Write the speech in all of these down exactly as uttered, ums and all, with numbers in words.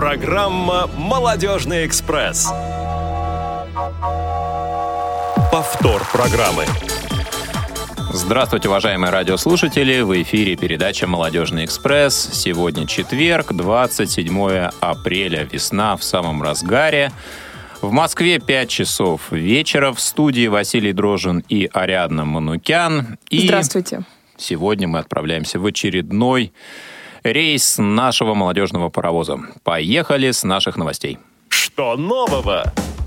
Программа «Молодежный экспресс». Повтор программы. Здравствуйте, уважаемые радиослушатели! В эфире передача «Молодежный экспресс». Сегодня четверг, двадцать седьмое апреля. Весна в самом разгаре. В Москве пять часов вечера. В студии Василий Дрожжин и Ариадна Манукян. И Здравствуйте. Сегодня мы отправляемся в очередной рейс нашего молодежного паровоза. Поехали с наших новостей. Что нового?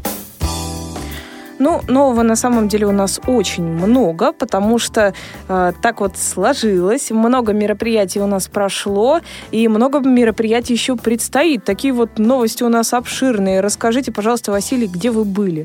Ну, нового на самом деле у нас очень много, потому что э, так вот сложилось. Много мероприятий у нас прошло, и много мероприятий еще предстоит. Такие вот новости у нас обширные. Расскажите, пожалуйста, Василий, где вы были?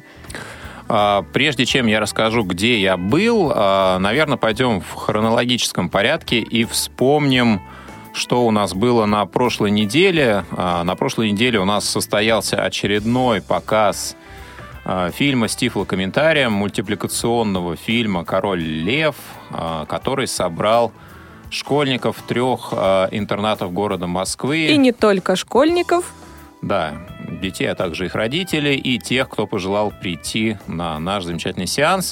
Прежде чем я расскажу, где я был, наверное, пойдем в хронологическом порядке и вспомним, что у нас было на прошлой неделе. На прошлой неделе у нас состоялся очередной показ фильма с тифлокомментарием, мультипликационного фильма «Король Лев», который собрал школьников трех интернатов города Москвы. И не только школьников. Да, детей, а также их родителей и тех, кто пожелал прийти на наш замечательный сеанс.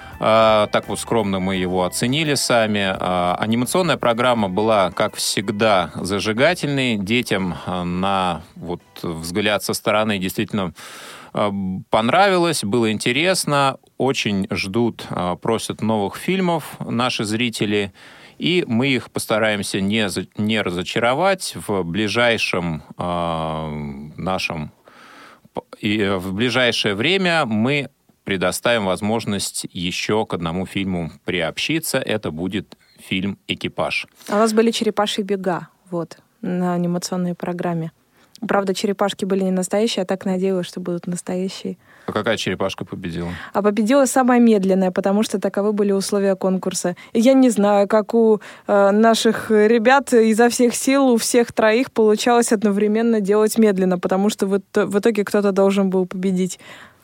Так вот скромно мы его оценили сами. Анимационная программа была, как всегда, зажигательной. Детям на вот, взгляд со стороны действительно понравилось, было интересно. Очень ждут, просят новых фильмов наши зрители. И мы их постараемся не, не разочаровать в ближайшем э, нашем... И в ближайшее время мы предоставим возможность еще к одному фильму приобщиться. Это будет фильм «Экипаж». А у вас были «Черепашьи бега», вот, на анимационной программе. Правда, черепашки были не настоящие, я так надеялась, что будут настоящие. А какая черепашка победила? А победила самая медленная, потому что таковы были условия конкурса. И я не знаю, как у э, наших ребят изо всех сил, у всех троих получалось одновременно делать медленно, потому что в, в итоге кто-то должен был победить.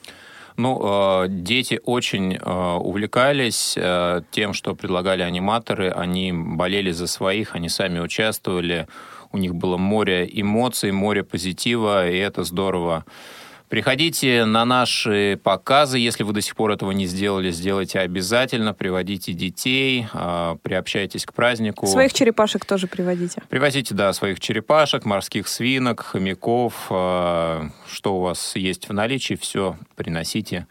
Ну, э, дети очень э, увлекались э, тем, что предлагали аниматоры. Они болели за своих, они сами участвовали. У них было море эмоций, море позитива, и это здорово. Приходите на наши показы, если вы до сих пор этого не сделали, сделайте обязательно, приводите детей, приобщайтесь к празднику. Своих черепашек тоже приводите. Привозите, да, своих черепашек, морских свинок, хомяков, что у вас есть в наличии, все приносите.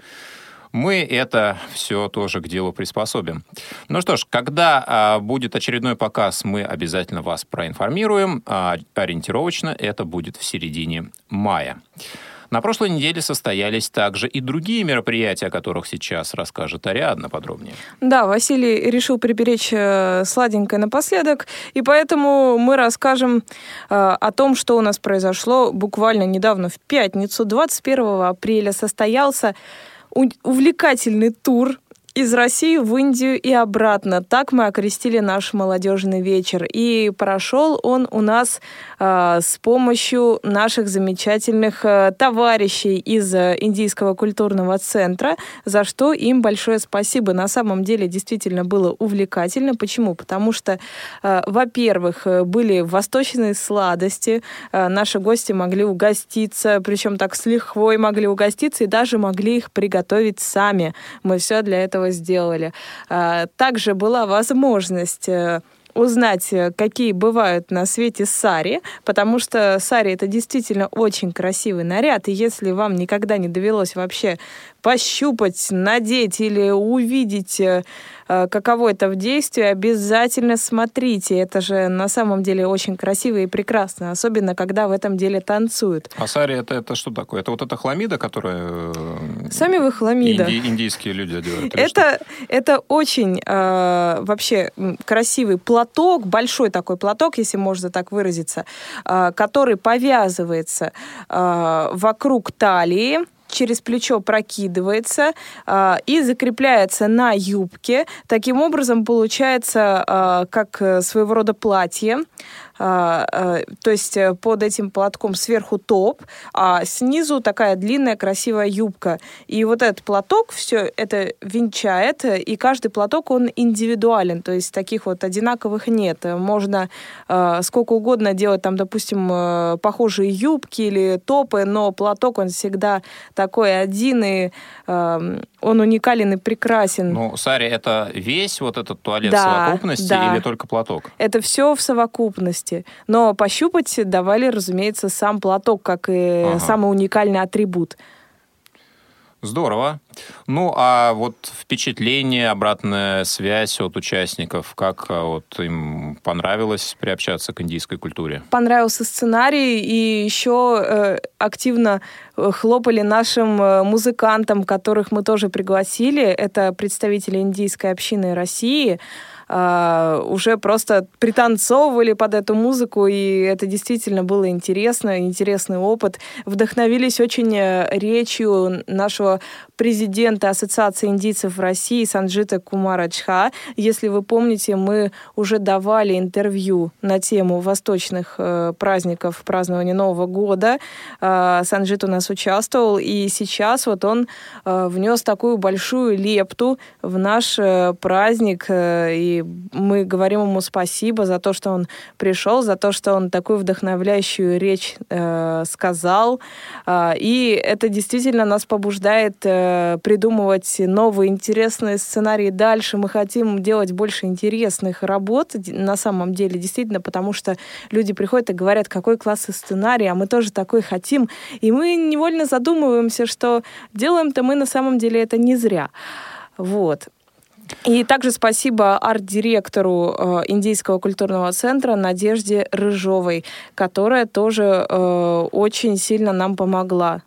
Мы это все тоже к делу приспособим. Ну что ж, когда а, будет очередной показ, мы обязательно вас проинформируем. А, ориентировочно это будет в середине мая. На прошлой неделе состоялись также и другие мероприятия, о которых сейчас расскажет Ариадна подробнее. Да, Василий решил приберечь сладенькое напоследок, и поэтому мы расскажем э, о том, что у нас произошло буквально недавно, в пятницу, двадцать первого апреля, состоялся увлекательный тур из России в Индию и обратно. Так мы окрестили наш молодежный вечер. И прошел он у нас э, с помощью наших замечательных э, товарищей из э, Индийского культурного центра, за что им большое спасибо. На самом деле действительно было увлекательно. Почему? Потому что, э, во-первых, были восточные сладости. Э, наши гости могли угоститься, причем так с лихвой могли угоститься и даже могли их приготовить сами. Мы все для этого сделали. Также была возможность узнать, какие бывают на свете сари, потому что сари — это действительно очень красивый наряд, и если вам никогда не довелось вообще пощупать, надеть или увидеть, каково это в действии, обязательно смотрите. Это же на самом деле очень красиво и прекрасно, особенно когда в этом деле танцуют. А сари это, это что такое? Это вот эта хламида, которая... Сами вы хламида. Инди, индийские люди одевают? Это, это очень э, вообще красивый платок, большой такой платок, если можно так выразиться, э, который повязывается э, вокруг талии, через плечо прокидывается э, и закрепляется на юбке. Таким образом получается э, как своего рода платье. То есть под этим платком сверху топ, а снизу такая длинная красивая юбка. И вот этот платок все это венчает, и каждый платок, он индивидуален, то есть таких вот одинаковых нет. Можно сколько угодно делать там, допустим, похожие юбки или топы, но платок, он всегда такой один, и он уникален и прекрасен. Ну, Саря, это весь вот этот туалет да, в совокупности да. или только платок? Это все в совокупности. Но пощупать давали, разумеется, сам платок, как и ага. самый уникальный атрибут. Здорово. Ну, а вот впечатление, обратная связь от участников, как вот им понравилось приобщаться к индийской культуре? Понравился сценарий, и еще э, активно хлопали нашим музыкантам, которых мы тоже пригласили. Это представители индийской общины России. Uh, уже просто пританцовывали под эту музыку, и это действительно было интересно, интересный опыт. Вдохновились очень речью нашего президента Ассоциации индийцев России Санджита Кумара Джха. Если вы помните, мы уже давали интервью на тему восточных uh, праздников празднования Нового года. Uh, Санджит у нас участвовал, и сейчас вот он uh, внес такую большую лепту в наш uh, праздник, uh, и мы говорим ему спасибо за то, что он пришел, за то, что он такую вдохновляющую речь э, сказал. Э, и это действительно нас побуждает э, придумывать новые интересные сценарии дальше. Мы хотим делать больше интересных работ на самом деле, действительно, потому что люди приходят и говорят, какой классный сценарий, а мы тоже такой хотим. И мы невольно задумываемся, что делаем-то мы на самом деле это не зря. Вот. И также спасибо арт-директору э, Индийского культурного центра Надежде Рыжовой, которая тоже э, очень сильно нам помогла.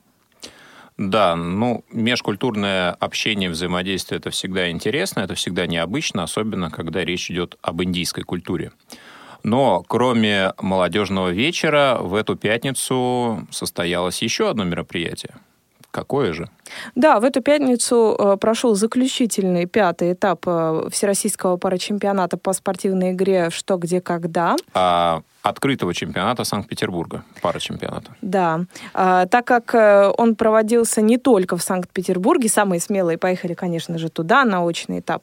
Да, ну, межкультурное общение, взаимодействие – это всегда интересно, это всегда необычно, особенно когда речь идет об индийской культуре. Но кроме молодежного вечера, в эту пятницу состоялось еще одно мероприятие. Какое же? Да, в эту пятницу э, прошел заключительный пятый этап э, Всероссийского парачемпионата по спортивной игре «Что, где, когда». А открытого чемпионата Санкт-Петербурга, парачемпионата. Да, а, так как э, он проводился не только в Санкт-Петербурге, самые смелые поехали, конечно же, туда, на очный этап,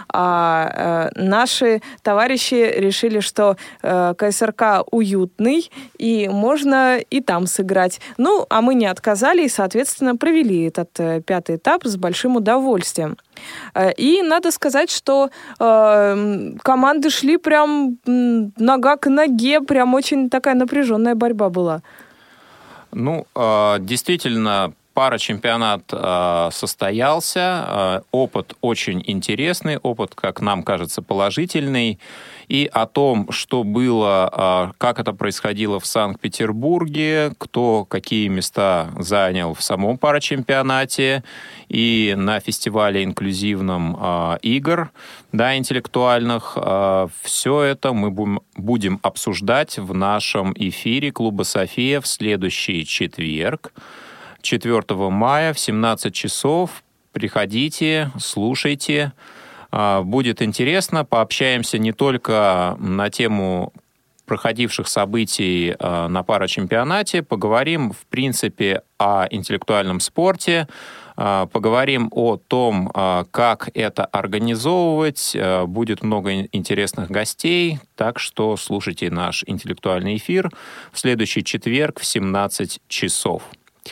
а э, наши товарищи решили, что э, КСРК уютный, и можно и там сыграть. Ну, а мы не отказали, и, соответственно, провели этот э, пятый этап с большим удовольствием. И надо сказать, что э, команды шли прям нога к ноге, прям очень такая напряженная борьба была. Ну, э, действительно, парачемпионат э, состоялся, э, опыт очень интересный, опыт, как нам кажется, положительный. И о том, что было, как это происходило в Санкт-Петербурге, кто какие места занял в самом парачемпионате и на фестивале инклюзивном игр, да, интеллектуальных. Все это мы будем обсуждать в нашем эфире Клуба «София» в следующий четверг, четвёртого мая в семнадцать часов. Приходите, слушайте. Будет интересно, пообщаемся не только на тему проходивших событий на парачемпионате, поговорим, в принципе, о интеллектуальном спорте, поговорим о том, как это организовывать, будет много интересных гостей, так что слушайте наш интеллектуальный эфир в следующий четверг в семнадцать часов.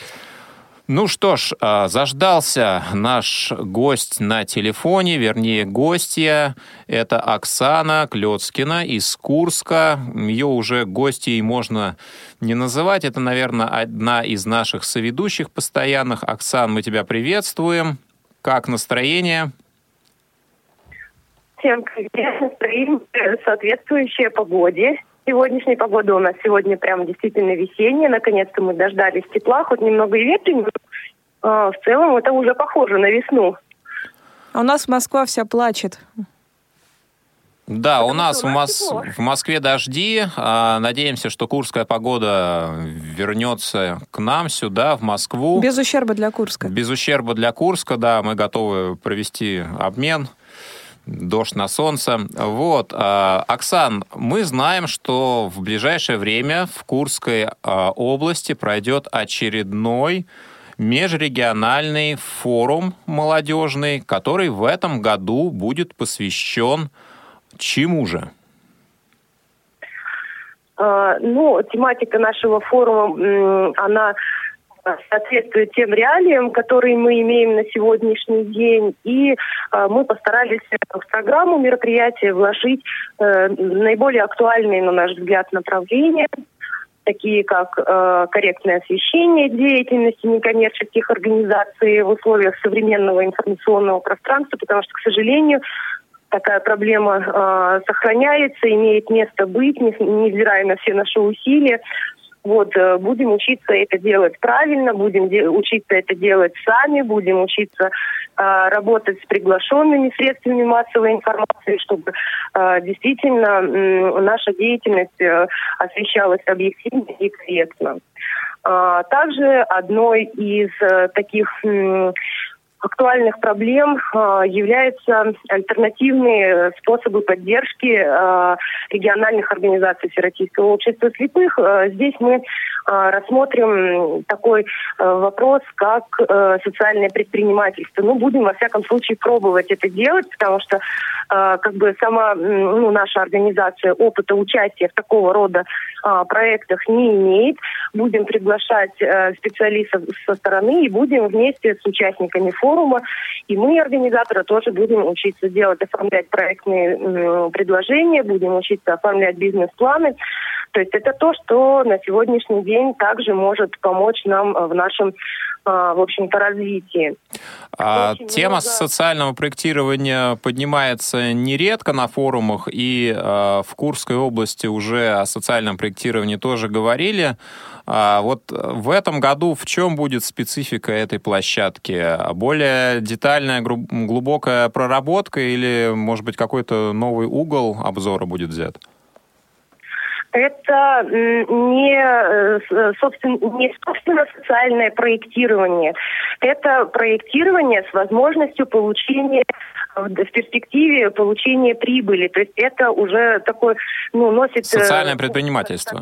Ну что ж, заждался наш гость на телефоне, вернее, гостья. Это Оксана Клёцкина из Курска. Ее уже гостьей можно не называть. Это, наверное, одна из наших соведущих постоянных. Оксан, мы тебя приветствуем. Как настроение? Всем привет. Настроение соответствующее погоде. Сегодняшняя погода у нас сегодня прям действительно весенняя. Наконец-то мы дождались тепла, хоть немного и ветрено. А, в целом это уже похоже на весну. А у нас Москва вся плачет. Да, у нас, у нас в, Мос- в Москве дожди. А, надеемся, что курская погода вернется к нам сюда, в Москву. Без ущерба для Курска. Без ущерба для Курска, да. Мы готовы провести обмен Дождь на солнце. Вот. Оксан, мы знаем, что в ближайшее время в Курской области пройдет очередной межрегиональный форум молодежный, который в этом году будет посвящен чему же? Ну, тематика нашего форума, она соответствует тем реалиям, которые мы имеем на сегодняшний день. И э, мы постарались в программу мероприятия вложить э, наиболее актуальные, на наш взгляд, направления, такие как э, корректное освещение деятельности некоммерческих организаций в условиях современного информационного пространства, потому что, к сожалению, такая проблема э, сохраняется, имеет место быть, невзирая на все наши усилия. Вот, будем учиться это делать правильно, будем де- учиться это делать сами, будем учиться э, работать с приглашенными средствами массовой информации, чтобы э, действительно э, наша деятельность э, освещалась объективно и корректно. Э, также одной из э, таких э, актуальных проблем э, являются альтернативные способы поддержки э, региональных организаций Всероссийского общества слепых. Э, здесь мы э, рассмотрим такой э, вопрос, как э, социальное предпринимательство. Ну, будем, во всяком случае, пробовать это делать, потому что э, как бы сама ну, наша организация опыта участия в такого рода э, проектах не имеет. Будем приглашать э, специалистов со стороны и будем вместе с участниками форума форума, и мы, организаторы, тоже будем учиться делать, оформлять проектные э, предложения, будем учиться оформлять бизнес-планы. То есть это то, что на сегодняшний день также может помочь нам в нашем, э, в общем-то, развитии. А тема много... социального проектирования поднимается нередко на форумах, и э, в Курской области уже о социальном проектировании тоже говорили. А вот в этом году в чем будет специфика этой площадки? Более детальная, глубокая проработка или, может быть, какой-то новый угол обзора будет взят? Это не, собственно, не собственно социальное проектирование. Это проектирование с возможностью получения в перспективе получения прибыли. То есть это уже такой, ну, носит... Социальное предпринимательство.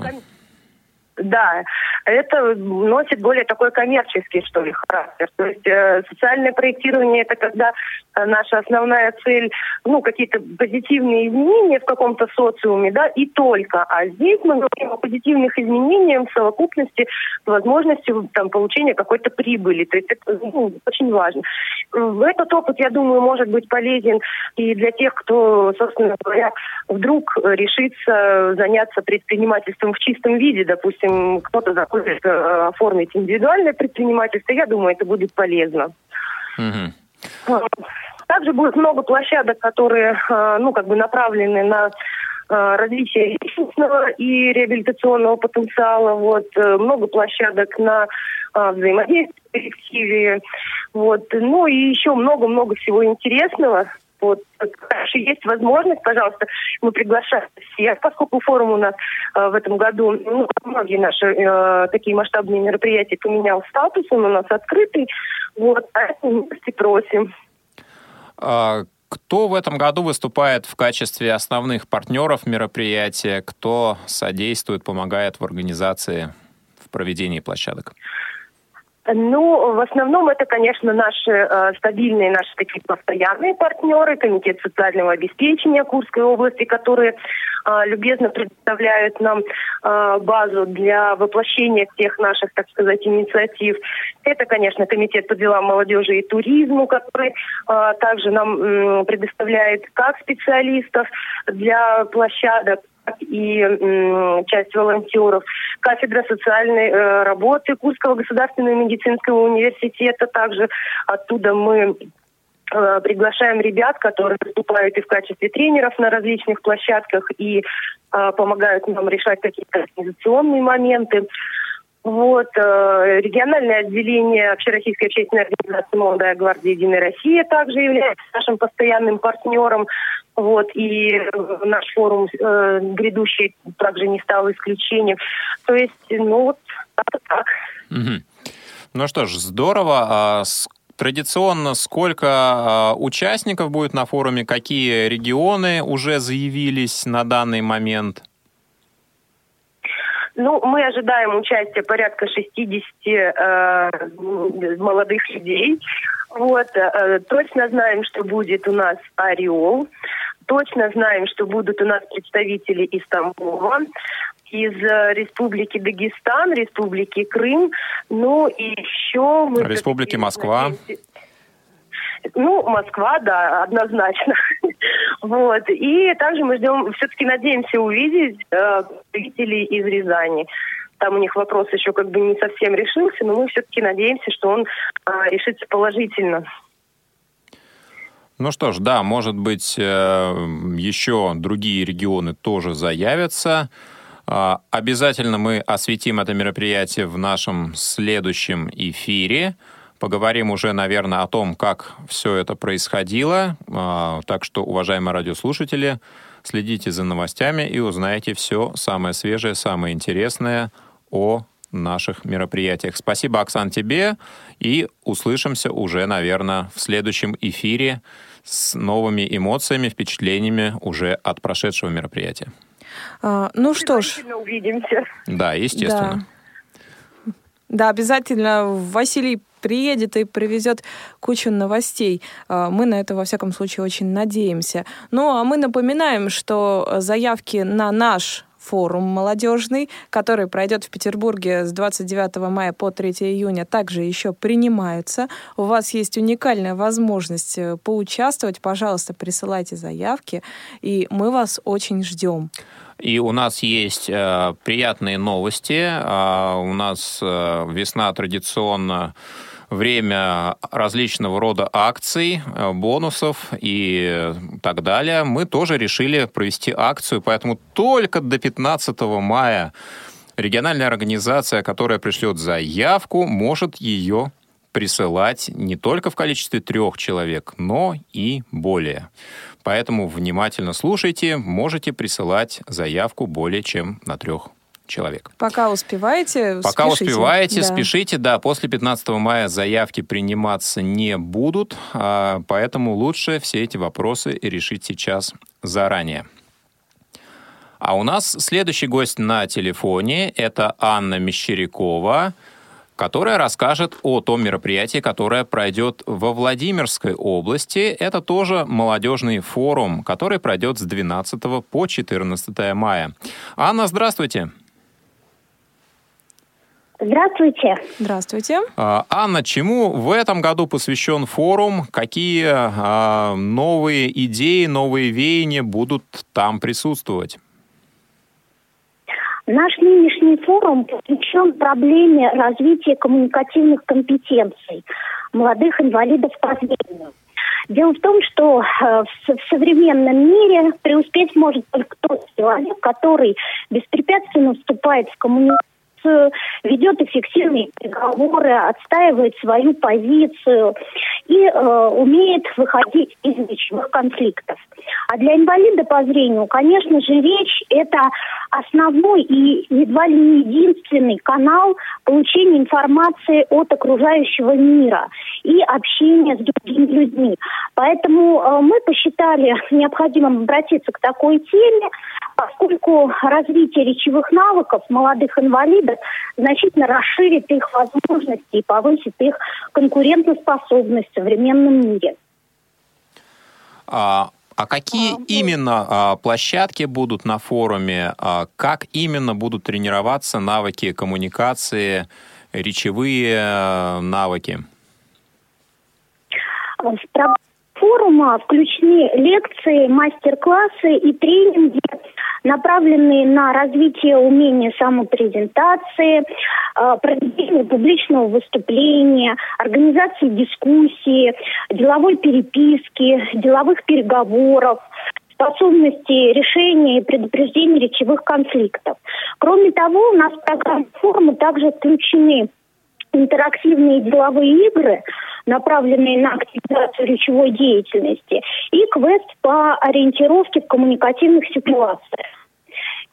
Да, это носит более такой коммерческий, что ли, характер. То есть э, социальное проектирование – это когда э, наша основная цель, ну, какие-то позитивные изменения в каком-то социуме, да, и только. А здесь мы говорим о позитивных изменениях в совокупности с возможностью там, получения какой-то прибыли. То есть это ну, очень важно. Этот опыт, я думаю, может быть полезен и для тех, кто, собственно говоря, вдруг решится заняться предпринимательством в чистом виде, допустим, кто-то захочет э, оформить индивидуальное предпринимательство, я думаю, это будет полезно. Mm-hmm. Также будет много площадок, которые э, ну, как бы направлены на э, развитие личностного и реабилитационного потенциала. Вот, э, много площадок на э, взаимодействие в коллективе. Вот, ну и еще много-много всего интересного. Вот, если есть возможность, пожалуйста, мы приглашаем всех, поскольку форум у нас э, в этом году, ну, многие наши э, такие масштабные мероприятия поменял статус, он у нас открытый, вот, поэтому мы просим. А кто в этом году выступает в качестве основных партнеров мероприятия, кто содействует, помогает в организации, в проведении площадок? Ну, в основном это, конечно, наши э, стабильные, наши такие постоянные партнеры, Комитет социального обеспечения Курской области, которые э, любезно предоставляют нам э, базу для воплощения всех наших, так сказать, инициатив. Это, конечно, Комитет по делам молодежи и туризму, который э, также нам э, предоставляет как специалистов для площадок, и м, часть волонтеров, кафедра социальной э, работы Курского государственного медицинского университета. Также оттуда мы э, приглашаем ребят, которые выступают и в качестве тренеров на различных площадках и э, помогают нам решать какие-то организационные моменты. Вот, э, региональное отделение Общероссийской общественной организации «Молодая гвардия Единой России» также является нашим постоянным партнером. Вот, и наш форум э, грядущий также не стал исключением. То есть, ну вот, так. Угу. Ну что ж, здорово. традиционно сколько участников будет на форуме, какие регионы уже заявились на данный момент? Ну, мы ожидаем участия порядка шестидесяти э, молодых людей. Вот, э, точно знаем, что будет у нас «Орел». Точно знаем, что будут у нас представители из Тамбова, из э, Республики Дагестан, Республики Крым. Ну, и еще... мы Республики Москва. Надеемся... Ну, Москва, да, однозначно. Вот. И также мы ждем, все-таки надеемся увидеть э, представителей из Рязани. Там у них вопрос еще как бы не совсем решился, но мы все-таки надеемся, что он э, решится положительно. Ну что ж, да, может быть, еще другие регионы тоже заявятся. Обязательно мы осветим это мероприятие в нашем следующем эфире. Поговорим уже, наверное, о том, как все это происходило. Так что, уважаемые радиослушатели, следите за новостями и узнаете все самое свежее, самое интересное о наших мероприятиях. Спасибо, Оксан, тебе. И услышимся уже, наверное, в следующем эфире с новыми эмоциями, впечатлениями уже от прошедшего мероприятия. А, ну что ж. Увидимся. Да, естественно. Да. да, обязательно Василий приедет и привезет кучу новостей. Мы на это, во всяком случае, очень надеемся. Ну, а мы напоминаем, что заявки на наш форум молодежный, который пройдет в Петербурге с двадцать девятого мая по третьего июня, также еще принимаются. У вас есть уникальная возможность поучаствовать. Пожалуйста, присылайте заявки, и мы вас очень ждем. И у нас есть э, приятные новости. Э, у нас э, весна традиционно время различного рода акций, бонусов и так далее. Мы тоже решили провести акцию, поэтому только до пятнадцатого мая региональная организация, которая пришлет заявку, может ее присылать не только в количестве трех человек, но и более. Поэтому внимательно слушайте, можете присылать заявку более чем на трех человек. Пока успеваете, Пока спешите. успеваете, да. спешите. Да, после пятнадцатого мая заявки приниматься не будут, поэтому лучше все эти вопросы решить сейчас заранее. А у нас следующий гость на телефоне – это Анна Мещерякова, которая расскажет о том мероприятии, которое пройдет во Владимирской области. Это тоже молодежный форум, который пройдет с двенадцатого по четырнадцатое мая. Анна, здравствуйте. Здравствуйте. Здравствуйте. Анна, чему в этом году посвящен форум? Какие а, новые идеи, новые веяния будут там присутствовать? Наш нынешний форум посвящен проблеме развития коммуникативных компетенций молодых инвалидов по зрению. Дело в том, что э, в, в современном мире преуспеть может только тот человек, который беспрепятственно вступает в коммуникацию, ведет эффективные переговоры, отстаивает свою позицию и э, умеет выходить из речевых конфликтов. А для инвалида по зрению, конечно же, речь – это основной и едва ли не единственный канал получения информации от окружающего мира и общения с другими людьми. Поэтому э, мы посчитали необходимым обратиться к такой теме, поскольку развитие речевых навыков молодых инвалидов значительно расширит их возможности и повысит их конкурентоспособность в современном мире. А, а какие а, именно а, площадки будут на форуме? А, как именно будут тренироваться навыки коммуникации, речевые а, навыки? В программу форума включены лекции, мастер-классы и тренинги, направленные на развитие умения самопрезентации, проведение публичного выступления, организации дискуссии, деловой переписки, деловых переговоров, способности решения и предупреждения речевых конфликтов. Кроме того, у нас в программе форума также включены интерактивные деловые игры, направленные на активизацию речевой деятельности, и квест по ориентировке в коммуникативных ситуациях.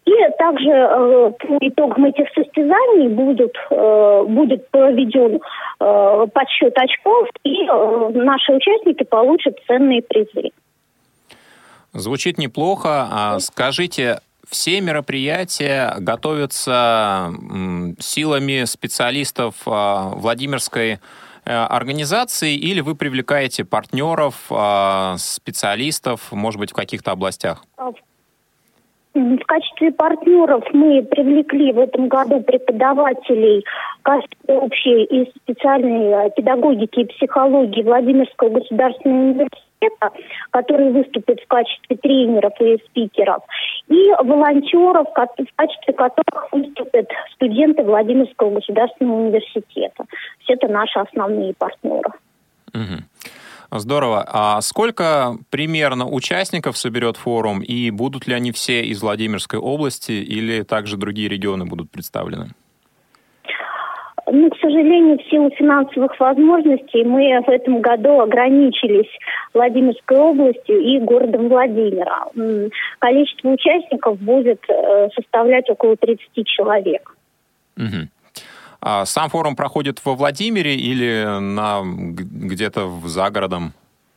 И также э, по итогам этих состязаний будут, э, будет проведен э, подсчет очков, и э, наши участники получат ценные призы. Звучит неплохо. А скажите, все мероприятия готовятся м, силами специалистов а, Владимирской а, организации, или вы привлекаете партнеров, а, специалистов, может быть, в каких-то областях? В качестве партнеров мы привлекли в этом году преподавателей кафедры общей и специальной педагогики и психологии Владимирского государственного университета, которые выступят в качестве тренеров и спикеров, и волонтеров, в качестве которых выступят студенты Владимирского государственного университета. Все это наши основные партнеры. Угу. Здорово. А сколько примерно участников соберет форум, и будут ли они все из Владимирской области, или также другие регионы будут представлены? Ну, к сожалению, в силу финансовых возможностей мы в этом году ограничились Владимирской областью и городом Владимира. Количество участников будет составлять около тридцати человек. Угу. А сам форум проходит во Владимире или на, где-то за городом?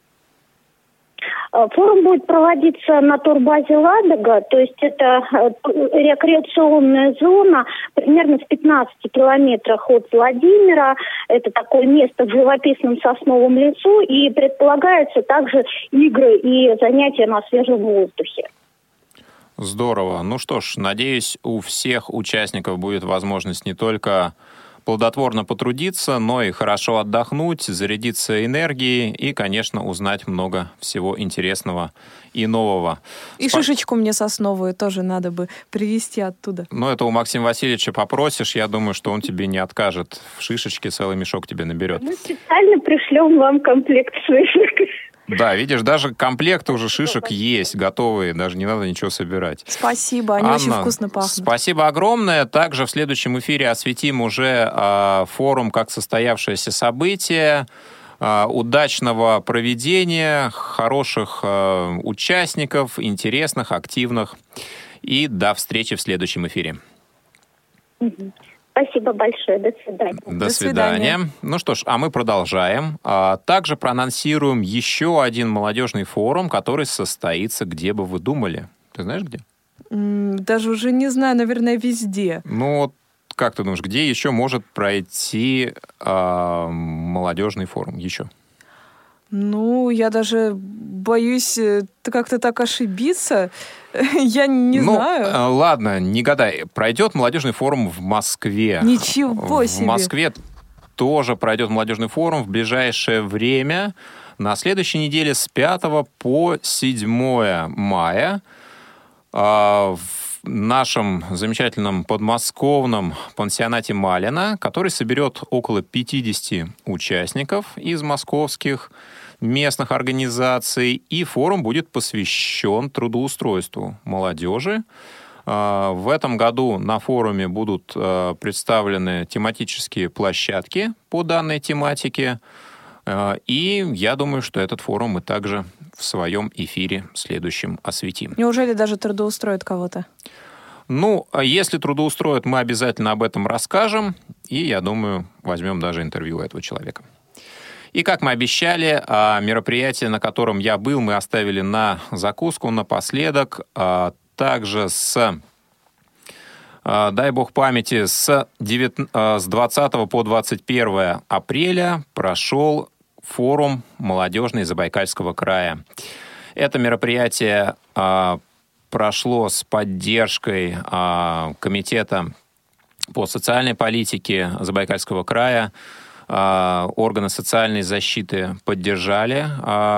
Форум будет проводиться на турбазе «Ладога», то есть это рекреационная зона примерно в пятнадцати километрах от Владимира. Это такое место в живописном сосновом лесу, и предполагаются также игры и занятия на свежем воздухе. Здорово. Ну что ж, надеюсь, у всех участников будет возможность не только плодотворно потрудиться, но и хорошо отдохнуть, зарядиться энергией и, конечно, узнать много всего интересного и нового. И Спа... шишечку мне сосновую тоже надо бы привезти оттуда. Ну, это у Максима Васильевича попросишь, я думаю, что он тебе не откажет. В шишечке целый мешок тебе наберет. Мы специально пришлем вам комплект шишек. Да, видишь, даже комплекты уже шишек есть, готовые, даже не надо ничего собирать. Спасибо, они Анна, очень вкусно пахнут. Спасибо огромное. Также в следующем эфире осветим уже э, форум как состоявшееся событие, э, удачного проведения, хороших э, участников, интересных, активных. И до встречи в следующем эфире. Спасибо большое. До свидания. До, До свидания. свидания. Ну что ж, а мы продолжаем. А также проанонсируем еще один молодежный форум, который состоится, где бы вы думали. Ты знаешь, где? Даже уже не знаю, наверное, везде. Ну, как ты думаешь, где еще может пройти э, молодежный форум? Еще? Ну, я даже боюсь как-то так ошибиться. Я не ну, знаю. Ладно, не гадай. Пройдет молодежный форум в Москве. Ничего себе. В Москве тоже пройдет молодежный форум в ближайшее время. На следующей неделе с пятого по седьмое мая в нашем замечательном подмосковном пансионате Малина, который соберет около пятидесяти участников из московских местных организаций, и форум будет посвящен трудоустройству молодежи. В этом году на форуме будут представлены тематические площадки по данной тематике, и я думаю, что этот форум мы также в своем эфире следующем осветим. Неужели даже трудоустроят кого-то? Ну, если трудоустроят, мы обязательно об этом расскажем, и, я думаю, возьмем даже интервью у этого человека. И, как мы обещали, мероприятие, на котором я был, мы оставили на закуску напоследок. Также с, дай бог памяти, с двадцатого по двадцать первое апреля прошел форум молодежный Забайкальского края. Это мероприятие прошло с поддержкой Комитета по социальной политике Забайкальского края. Органы социальной защиты поддержали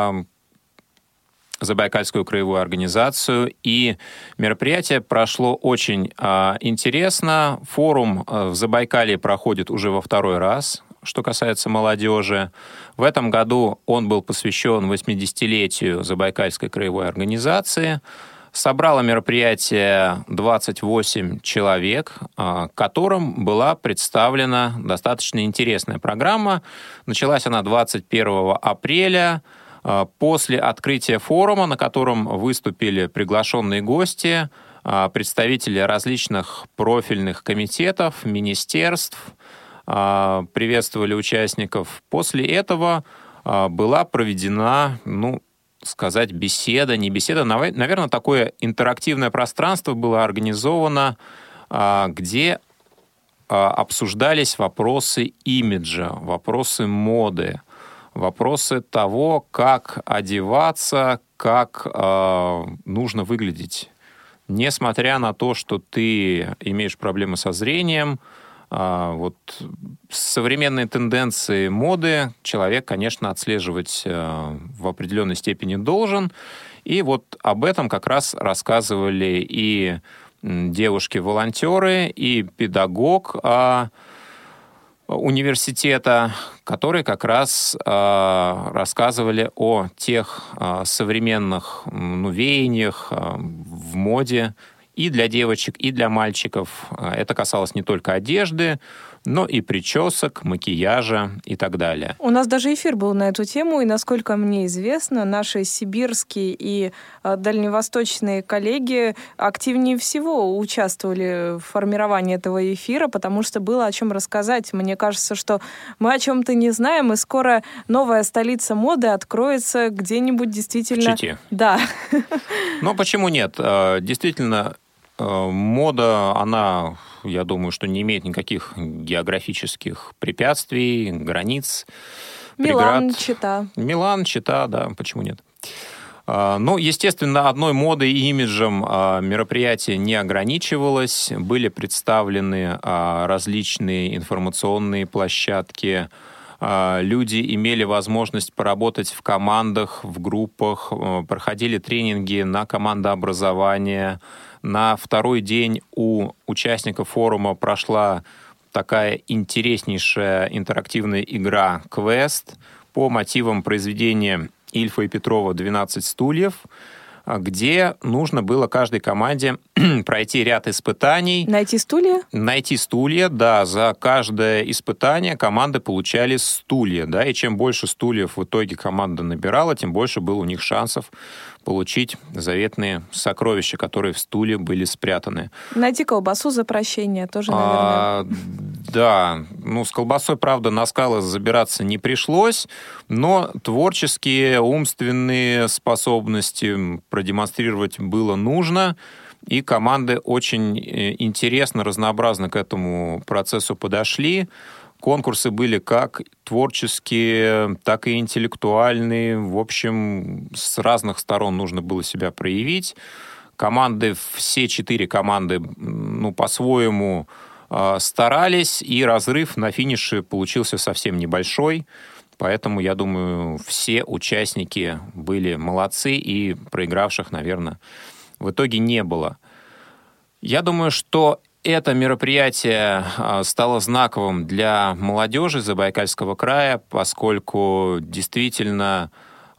Забайкальскую краевую организацию, и мероприятие прошло очень интересно. Форум в Забайкалье проходит уже во второй раз, что касается молодежи. В этом году он был посвящен восьмидесятилетию Забайкальской краевой организации. Собрало мероприятие двадцать восемь человек, которым была представлена достаточно интересная программа. Началась она двадцать первого апреля. После открытия форума, на котором выступили приглашенные гости, представители различных профильных комитетов, министерств, приветствовали участников. После этого была проведена, ну, сказать, беседа, не беседа, наверное, такое интерактивное пространство было организовано, где обсуждались вопросы имиджа, вопросы моды, вопросы того, как одеваться, как нужно выглядеть. Несмотря на то, что ты имеешь проблемы со зрением, вот современные тенденции моды человек, конечно, отслеживать в определенной степени должен. И вот об этом как раз рассказывали и девушки-волонтеры, и педагог университета, которые как раз э, рассказывали о тех э, современных ну, веяниях э, в моде и для девочек, и для мальчиков. Это касалось не только одежды, но и причесок, макияжа и так далее. У нас даже эфир был на эту тему, и, насколько мне известно, наши сибирские и э, дальневосточные коллеги активнее всего участвовали в формировании этого эфира, потому что было о чем рассказать. Мне кажется, что мы о чем-то не знаем, и скоро новая столица моды откроется где-нибудь действительно... В Чите. Да. Но почему нет? Действительно, мода, она... Я думаю, что не имеет никаких географических препятствий, границ, Милан, преград. Чита. Милан, Чита, да, почему нет? Ну, естественно, одной модой и имиджем мероприятие не ограничивалось. Были представлены различные информационные площадки. Люди имели возможность поработать в командах, в группах, проходили тренинги на командообразование. На второй день у участников форума прошла такая интереснейшая интерактивная игра «Квест» по мотивам произведения Ильфа и Петрова «двенадцать стульев», где нужно было каждой команде пройти ряд испытаний. Найти стулья? Найти стулья, да. За каждое испытание команды получали стулья, да, и чем больше стульев в итоге команда набирала, тем больше было у них шансов получить заветные сокровища, которые в стуле были спрятаны. Найти колбасу за прощение тоже, наверное. А, да, ну, с колбасой, правда, на скалы забираться не пришлось, но творческие, умственные способности продемонстрировать было нужно, и команды очень интересно, разнообразно к этому процессу подошли. Конкурсы были как творческие, так и интеллектуальные. В общем, с разных сторон нужно было себя проявить. Команды, все четыре команды, ну, по-своему э, старались, и разрыв на финише получился совсем небольшой. Поэтому, я думаю, все участники были молодцы, и проигравших, наверное, в итоге не было. Я думаю, что это мероприятие стало знаковым для молодежи Забайкальского края, поскольку действительно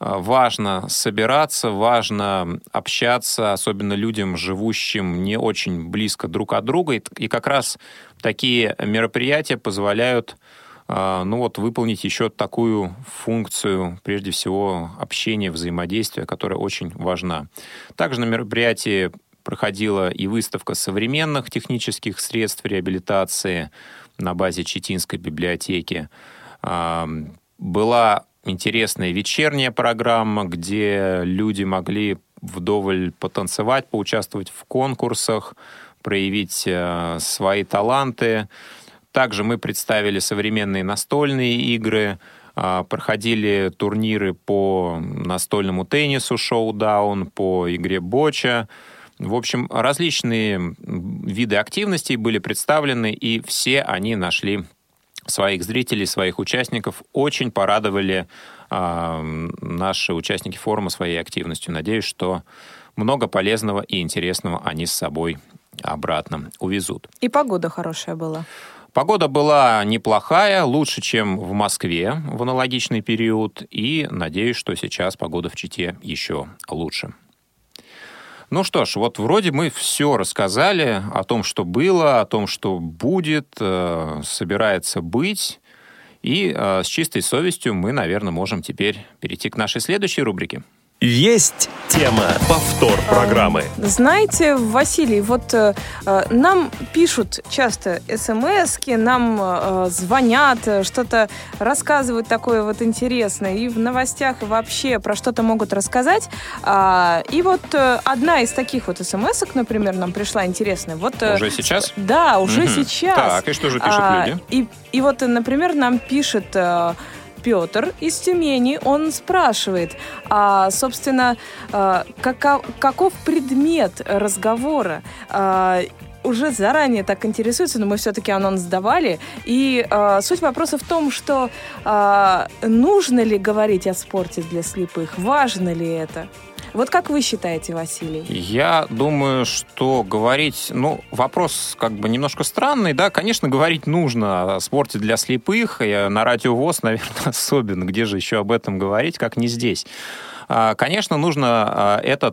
важно собираться, важно общаться, особенно людям, живущим не очень близко друг от друга. И как раз такие мероприятия позволяют ну вот, выполнить еще такую функцию, прежде всего, общения, взаимодействия, которая очень важна. Также на мероприятии проходила и выставка современных технических средств реабилитации на базе Читинской библиотеки. Была интересная вечерняя программа, где люди могли вдоволь потанцевать, поучаствовать в конкурсах, проявить свои таланты. Также мы представили современные настольные игры, проходили турниры по настольному теннису, шоу-даун, по игре боча. В общем, различные виды активностей были представлены, и все они нашли своих зрителей, своих участников. Очень порадовали э, наши участники форума своей активностью. Надеюсь, что много полезного и интересного они с собой обратно увезут. И погода хорошая была. Погода была неплохая, лучше, чем в Москве в аналогичный период. И надеюсь, что сейчас погода в Чите еще лучше. Ну что ж, вот вроде мы все рассказали о том, что было, о том, что будет, э, собирается быть. И э, с чистой совестью мы, наверное, можем теперь перейти к нашей следующей рубрике. Есть тема. Повтор программы. Знаете, Василий, вот э, нам пишут часто смски, нам э, звонят, что-то рассказывают такое вот интересное. И в новостях, и вообще про что-то могут рассказать. А, и вот э, одна из таких вот смс-ок, например, нам пришла интересная. Вот, э, Уже сейчас? Да, уже угу. сейчас. Так, и что же пишут а, люди? И, и вот, например, нам пишет... Э, Петр из Тюмени, он спрашивает, а, собственно, а, каков, каков предмет разговора? А, уже заранее так интересуется, но мы все-таки анонс давали. И а, суть вопроса в том, что а, нужно ли говорить о спорте для слепых, важно ли это? Вот как вы считаете, Василий? Я думаю, что говорить... Ну, вопрос как бы немножко странный, да. Конечно, говорить нужно о спорте для слепых. И на Радио ВОС, наверное, особенно. Где же еще об этом говорить, как не здесь? Конечно, нужно этот,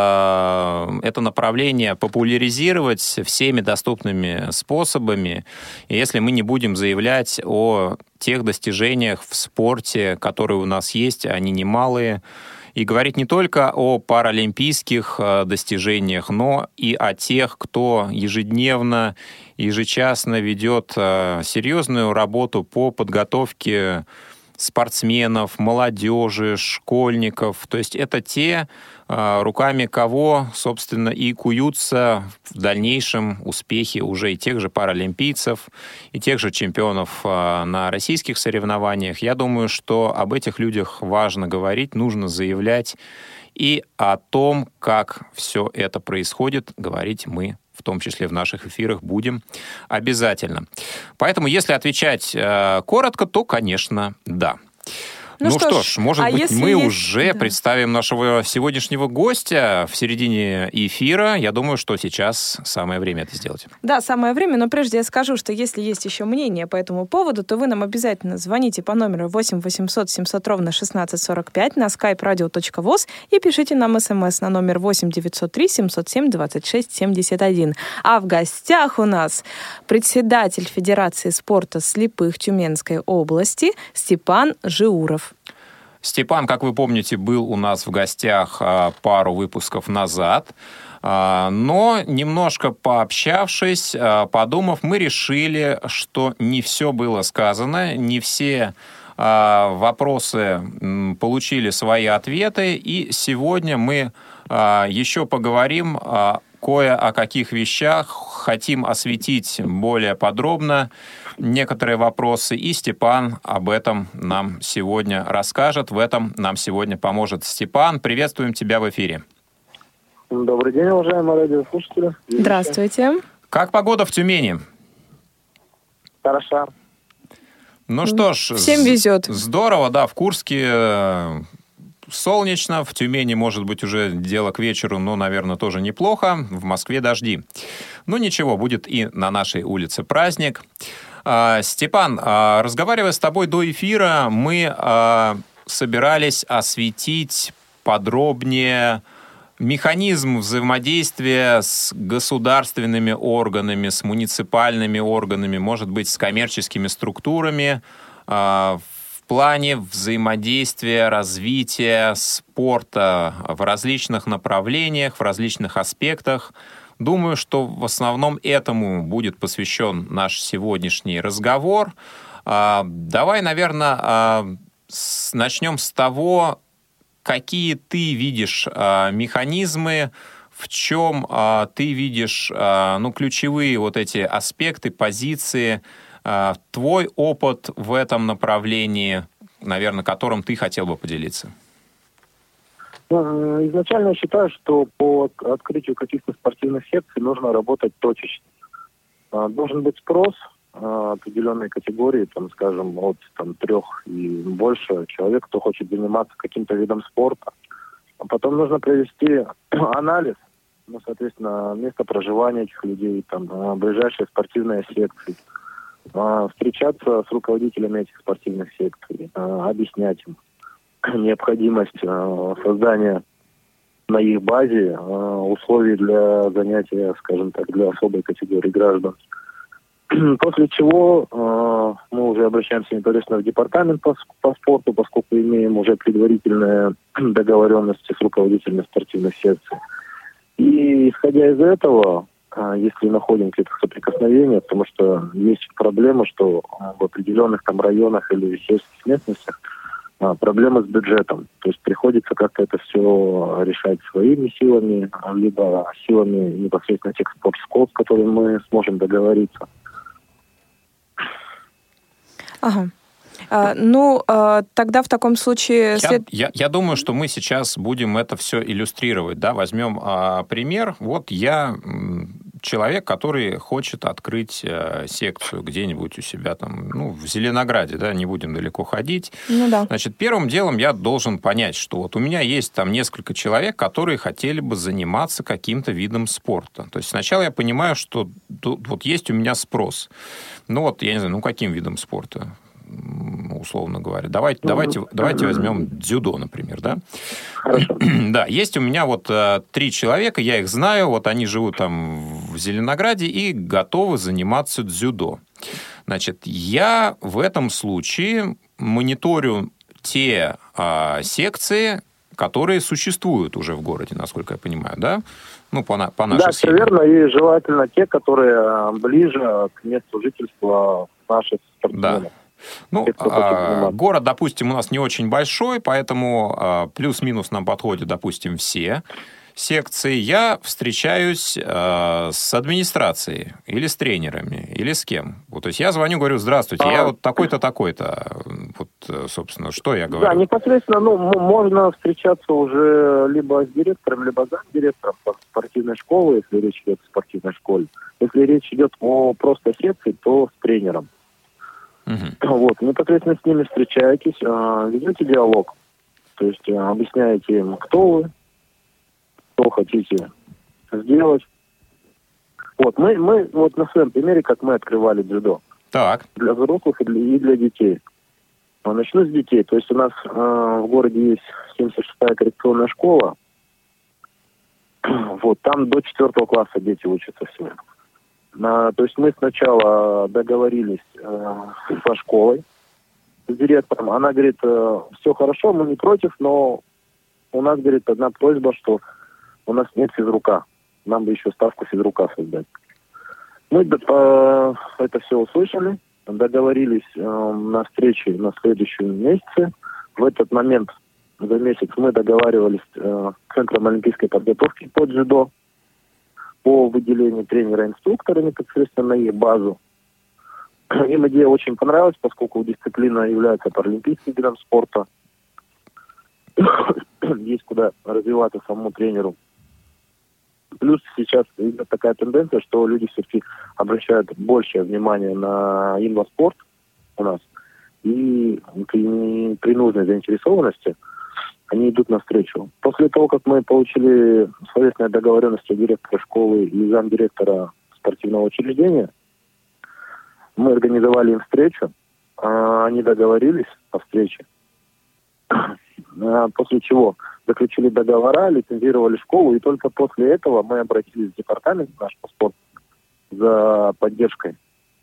это направление популяризировать всеми доступными способами. И если мы не будем заявлять о тех достижениях в спорте, которые у нас есть, они немалые, и говорить не только о паралимпийских достижениях, но и о тех, кто ежедневно, ежечасно ведет серьезную работу по подготовке спортсменов, молодежи, школьников. То есть это те, руками кого, собственно, и куются в дальнейшем успехи уже и тех же паралимпийцев, и тех же чемпионов на российских соревнованиях. Я думаю, что об этих людях важно говорить, нужно заявлять, и о том, как все это происходит, говорить мы в том числе в наших эфирах, будем обязательно. Поэтому, если отвечать э, коротко, то, конечно, да. Ну, ну что, что ж, может а быть, мы есть... уже да. представим нашего сегодняшнего гостя в середине эфира. Я думаю, что сейчас самое время это сделать. Да, самое время, но прежде я скажу, что если есть еще мнение по этому поводу, то вы нам обязательно звоните по номеру восемь восемьсот семьсот ровно шестнадцать сорок пять на skype radio точка voz и пишите нам смс на номер восемь девятьсот три семьсот семь двадцать шесть семьдесят один. А в гостях у нас председатель Федерации спорта слепых Тюменской области Степан Жиуров. Степан, как вы помните, был у нас в гостях пару выпусков назад, но немножко пообщавшись, подумав, мы решили, что не все было сказано, не все вопросы получили свои ответы, и сегодня мы еще поговорим кое о каких вещах, хотим осветить более подробно некоторые вопросы, и Степан об этом нам сегодня расскажет, в этом нам сегодня поможет. Степан, приветствуем тебя в эфире. Добрый день, уважаемые радиослушатели. Здравствуйте. Как погода в Тюмени? Хороша. Ну что ж, всем везет. Здорово, да, в Курске солнечно, в Тюмени, может быть, уже дело к вечеру, но, наверное, тоже неплохо. В Москве дожди. Ну, ничего, будет и на нашей улице праздник. А, Степан, а, разговаривая с тобой до эфира, мы а, собирались осветить подробнее механизм взаимодействия с государственными органами, с муниципальными органами, может быть, с коммерческими структурами, а, в плане взаимодействия, развития спорта в различных направлениях, в различных аспектах. Думаю, что в основном этому будет посвящен наш сегодняшний разговор. Давай, наверное, начнем с того, какие ты видишь механизмы, в чем ты видишь ну, ключевые вот эти аспекты, позиции, твой опыт в этом направлении, наверное, которым ты хотел бы поделиться? Изначально я считаю, что по открытию каких-то спортивных секций нужно работать точечно. Должен быть спрос определенной категории, там, скажем, от там, трех и больше человек, кто хочет заниматься каким-то видом спорта. А потом нужно провести анализ, ну, соответственно, место проживания этих людей, там, ближайшие спортивные секции, встречаться с руководителями этих спортивных секций, объяснять им необходимость создания на их базе условий для занятия, скажем так, для особой категории граждан. После чего мы уже обращаемся непосредственно в департамент по, по спорту, поскольку имеем уже предварительные договоренности с руководителями спортивных секций. И исходя из этого, если находим какие-то соприкосновения, потому что есть проблема, что в определенных там районах или сельских местностях проблемы с бюджетом. То есть приходится как-то это все решать своими силами, либо силами непосредственно тех спортшкол, с которыми мы сможем договориться. Ага. А, ну, а, тогда в таком случае... След... Я, я, я думаю, что мы сейчас будем это все иллюстрировать. Да? Возьмем а, пример. Вот я человек, который хочет открыть а, секцию где-нибудь у себя там, ну, в Зеленограде, да, не будем далеко ходить. Ну, да. Значит, первым делом я должен понять, что вот у меня есть там несколько человек, которые хотели бы заниматься каким-то видом спорта. То есть сначала я понимаю, что тут вот есть у меня спрос. Ну, вот, я не знаю, ну, каким видом спорта? Условно говоря. Давайте, давайте, давайте возьмем дзюдо, например, да? Хорошо. Да, есть у меня вот э, три человека, я их знаю, вот они живут там в Зеленограде и готовы заниматься дзюдо. Значит, я в этом случае мониторю те э, секции, которые существуют уже в городе, насколько я понимаю, да? Ну, по, по нашей Да, схеме. все верно, и желательно те, которые ближе к месту жительства наших спортсменов. Да. Ну, а, город, допустим, у нас не очень большой, поэтому а, плюс-минус нам подходят, допустим, все секции. Я встречаюсь а, с администрацией или с тренерами, или с кем. Вот, то есть я звоню, говорю: здравствуйте, а... я вот такой-то, такой-то. Вот, собственно, что я говорю? Да, непосредственно, ну, можно встречаться уже либо с директором, либо замдиректором спортивной школы, если речь идет о спортивной школе. Если речь идет о просто секции, то с тренером. Uh-huh. Вот, непосредственно с ними встречаетесь, ведете диалог, то есть объясняете им, кто вы, что хотите сделать. Вот, мы, мы вот на своем примере, как мы открывали дзюдо. Так. Для взрослых и для, и для детей. Начну с детей. То есть у нас э, в городе есть семьдесят шестая коррекционная школа. Вот, там до четвертого класса дети учатся всего. На, то есть мы сначала договорились э, со школой, с директором. Она говорит: э, все хорошо, мы не против, но у нас, говорит, одна просьба, что у нас нет физрука. Нам бы еще ставку физрука создать. Мы э, это все услышали, договорились э, на встрече на следующем месяце. В этот момент, за месяц, мы договаривались э, с Центром олимпийской подготовки по дзюдо, по выделению тренера-инструктора непосредственно на их базу. Им идея очень понравилась, поскольку дисциплина является паралимпийским видом спорта. Есть куда развиваться самому тренеру. Плюс сейчас идет такая тенденция, что люди все-таки обращают большее внимание на инваспорт у нас. И при, при нужной заинтересованности они идут навстречу. После того, как мы получили словесные договоренности директора школы и замдиректора спортивного учреждения, мы организовали им встречу, они договорились о встрече, после чего заключили договора, лицензировали школу, и только после этого мы обратились в департамент наш по спорту за поддержкой.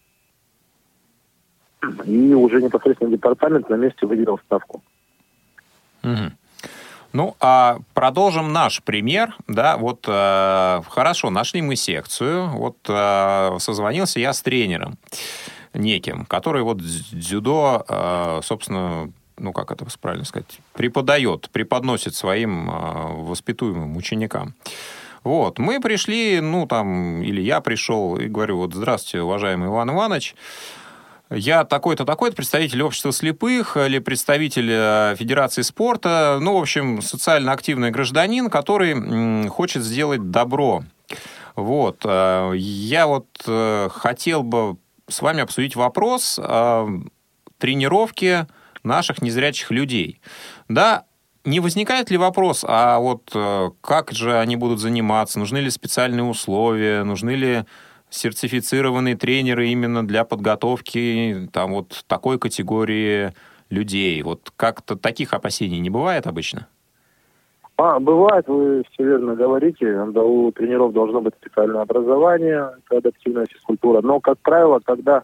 И уже непосредственно департамент на месте выделил ставку. Угу. Ну, а продолжим наш пример. Да, вот э, хорошо, нашли мы секцию. Вот э, созвонился я с тренером неким, который вот дзюдо, э, собственно, ну, как это правильно сказать, преподает, преподносит своим э, воспитуемым ученикам. Вот, мы пришли, ну, там, или я пришел и говорю: вот, здравствуйте, уважаемый Иван Иванович, я такой-то, такой-то, представитель общества слепых или представитель Федерации спорта, ну, в общем, социально активный гражданин, который м, хочет сделать добро. Вот, э, я вот э, хотел бы с вами обсудить вопрос э, тренировки наших незрячих людей. Да, не возникает ли вопрос, а вот э, как же они будут заниматься, нужны ли специальные условия, нужны ли сертифицированные тренеры именно для подготовки там вот такой категории людей? Вот как-то таких опасений не бывает обычно? А, бывает, вы все верно говорите. У тренеров должно быть специальное образование, это адаптивная физкультура. Но, как правило, когда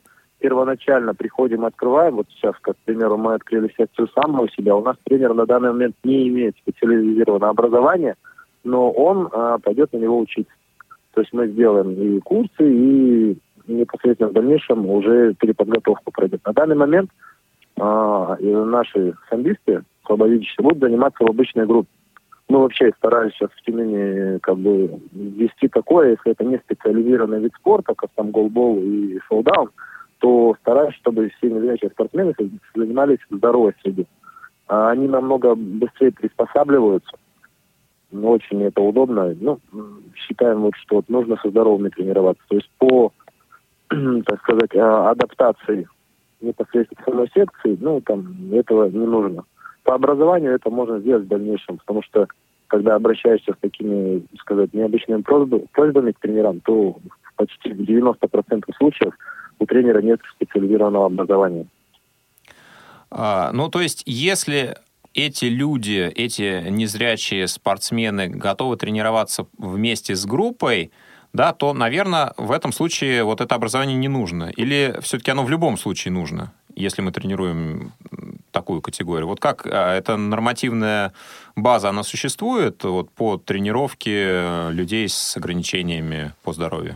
первоначально приходим, открываем, вот сейчас, как, к примеру, мы открыли секцию самого себя, у нас тренер на данный момент не имеет специализированного образования, но он а, пойдет на него учиться. То есть мы сделаем и курсы, и непосредственно в дальнейшем уже переподготовку пройдет. На данный момент а, наши самбисты, слабовидящие, будут заниматься в обычной группе. Мы вообще старались сейчас в Тюмени как бы вести такое, если это не специализированный вид спорта, как там голбол и шоу-даун, то стараюсь, чтобы все незрячие спортсмены занимались в здоровой среде. А они намного быстрее приспосабливаются, очень это удобно. Ну, считаем, вот, что вот нужно со здоровыми тренироваться. То есть по, так сказать, адаптации непосредственно самой секции, ну, там, этого не нужно. По образованию это можно сделать в дальнейшем, потому что когда обращаешься с такими, так сказать, необычными просьбами к тренерам, то почти в девяноста процентах случаев у тренера нет специализированного образования. А, ну, то есть, если эти люди, эти незрячие спортсмены готовы тренироваться вместе с группой, да, то, наверное, в этом случае вот это образование не нужно. Или все-таки оно в любом случае нужно, если мы тренируем такую категорию? Вот как эта нормативная база, она существует вот, по тренировке людей с ограничениями по здоровью?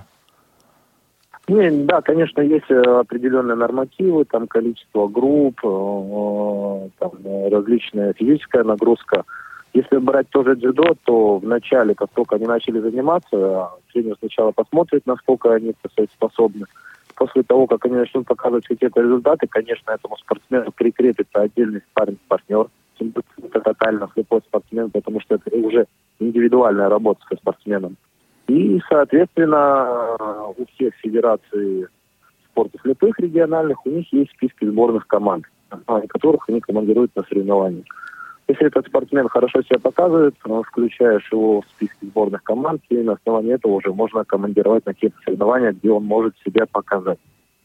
Не, да, конечно, есть определенные нормативы, там количество групп, там различная физическая нагрузка. Если брать тоже дзюдо, то вначале, как только они начали заниматься, тренер сначала посмотрит, насколько они, так сказать, способны. После того, как они начнут показывать какие-то результаты, конечно, этому спортсмену прикрепится отдельный спарринг-партнер. Это тотально слепой спортсмен, потому что это уже индивидуальная работа со спортсменом. И, соответственно, у всех федераций спорта слепых региональных, у них есть списки сборных команд, которых они командируют на соревнования. Если этот спортсмен хорошо себя показывает, включаешь его в списки сборных команд, и на основании этого уже можно командировать на какие-то соревнования, где он может себя показать.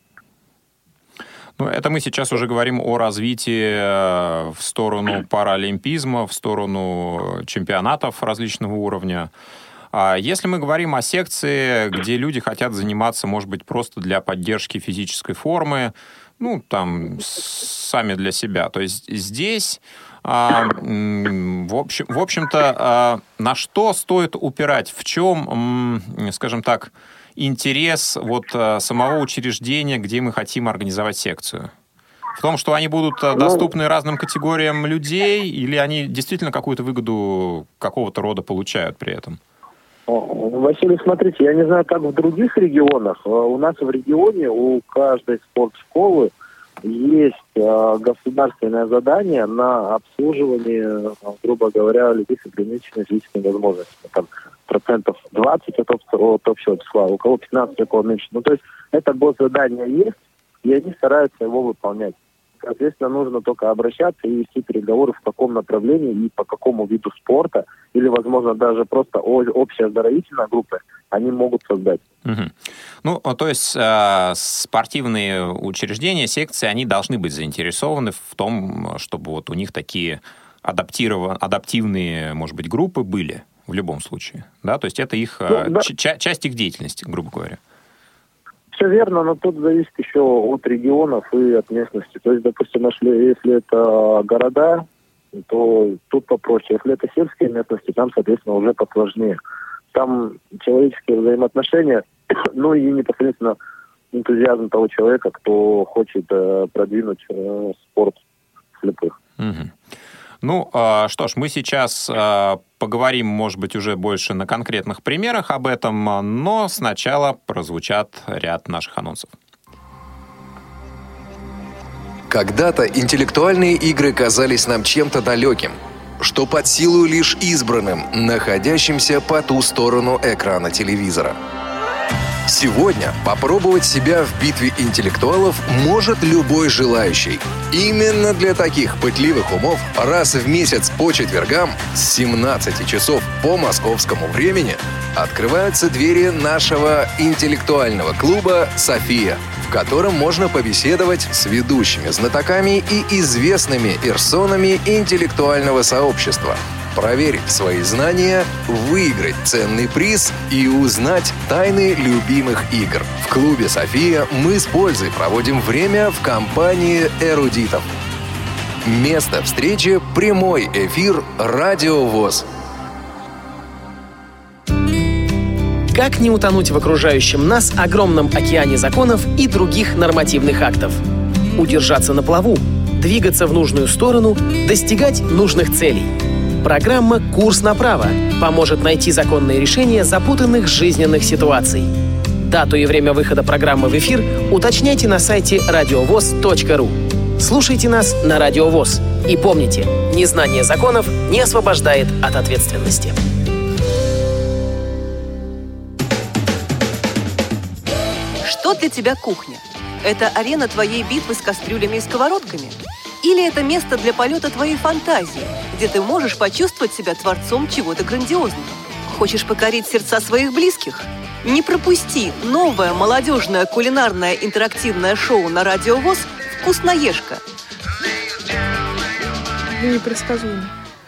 Ну, это мы сейчас уже говорим о развитии в сторону паралимпизма, в сторону чемпионатов различного уровня. А если мы говорим о секции, где люди хотят заниматься, может быть, просто для поддержки физической формы, ну, там, сами для себя, то есть здесь... А, в, общем, в общем-то, а, на что стоит упирать? В чем, скажем так, интерес вот самого учреждения, где мы хотим организовать секцию? В том, что они будут доступны разным категориям людей, или они действительно какую-то выгоду какого-то рода получают при этом? Василий, смотрите, я не знаю, как в других регионах. У нас в регионе у каждой спортшколы есть э, государственное задание на обслуживание, грубо говоря, людей с ограниченными физическими возможностями. Там процентов двадцать от, от общего числа, у кого пятнадцать, у кого меньше. Ну, то есть это госзадание есть, и они стараются его выполнять. Соответственно, нужно только обращаться и вести переговоры, в каком направлении и по какому виду спорта, или, возможно, даже просто общая оздоровительная группа они могут создать. Угу. Ну, то есть э, спортивные учреждения, секции, они должны быть заинтересованы в том, чтобы вот у них такие адаптиров... адаптивные, может быть, группы были в любом случае. Да? То есть это их, ну, да. ч- часть их деятельности, грубо говоря. Все верно, но тут зависит еще от регионов и от местности. То есть, допустим, если это города, то тут попроще. Если это сельские местности, там, соответственно, уже посложнее. Там человеческие взаимоотношения, ну и непосредственно энтузиазм того человека, кто хочет э, продвинуть э, спорт слепых. Угу. Ну, э, что ж, мы сейчас э, поговорим, может быть, уже больше на конкретных примерах об этом, но сначала прозвучат ряд наших анонсов. Когда-то интеллектуальные игры казались нам чем-то далеким, что под силу лишь избранным, находящимся по ту сторону экрана телевизора. Сегодня попробовать себя в битве интеллектуалов может любой желающий. Именно для таких пытливых умов раз в месяц по четвергам с семнадцати часов по московскому времени открываются двери нашего интеллектуального клуба «София», в котором можно побеседовать с ведущими знатоками и известными персонами интеллектуального сообщества. проверить свои знания, выиграть ценный приз и узнать тайны любимых игр. В клубе «София» мы с пользой проводим время в компании эрудитов. Место встречи – прямой эфир «Радио ВОС». Как не утонуть в окружающем нас огромном океане законов и других нормативных актов? Удержаться на плаву, двигаться в нужную сторону, достигать нужных целей. Программа «Курс на право» поможет найти законные решения запутанных жизненных ситуаций. Дату и время выхода программы в эфир уточняйте на сайте радиовоз точка ру. Слушайте нас на Радио ВОС. И помните, незнание законов не освобождает от ответственности. Что для тебя кухня? Это арена твоей битвы с кастрюлями и сковородками? Или это место для полета твоей фантазии, где ты можешь почувствовать себя творцом чего-то грандиозного? Хочешь покорить сердца своих близких? Не пропусти новое молодежное кулинарное интерактивное шоу на Радио ВОС «Вкусноежка». Непредсказуемо.